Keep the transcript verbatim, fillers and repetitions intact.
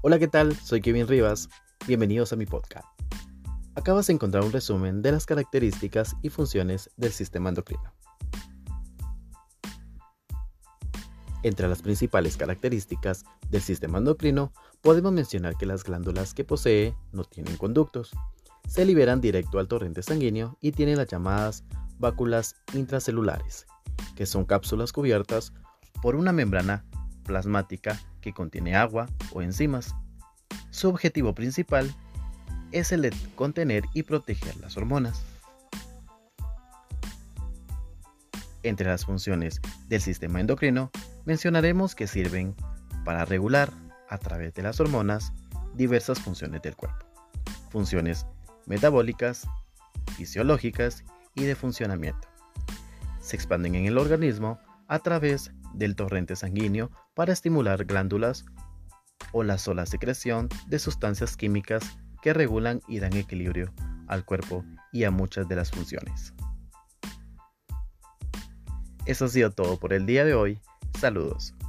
Hola, ¿qué tal? Soy Kevin Rivas. Bienvenidos a mi podcast. Acabas de encontrar un resumen de las características y funciones del sistema endocrino. Entre las principales características del sistema endocrino, podemos mencionar que las glándulas que posee no tienen conductos, se liberan directo al torrente sanguíneo y tienen las llamadas válvulas intracelulares, que son cápsulas cubiertas por una membrana plasmática que contiene agua o enzimas. Su objetivo principal es el de contener y proteger las hormonas. Entre las funciones del sistema endocrino, mencionaremos que sirven para regular, a través de las hormonas, diversas funciones del cuerpo. Funciones metabólicas, fisiológicas y de funcionamiento. Se expanden en el organismo a través del torrente sanguíneo para estimular glándulas o la sola secreción de sustancias químicas que regulan y dan equilibrio al cuerpo y a muchas de las funciones. Eso ha sido todo por el día de hoy. Saludos.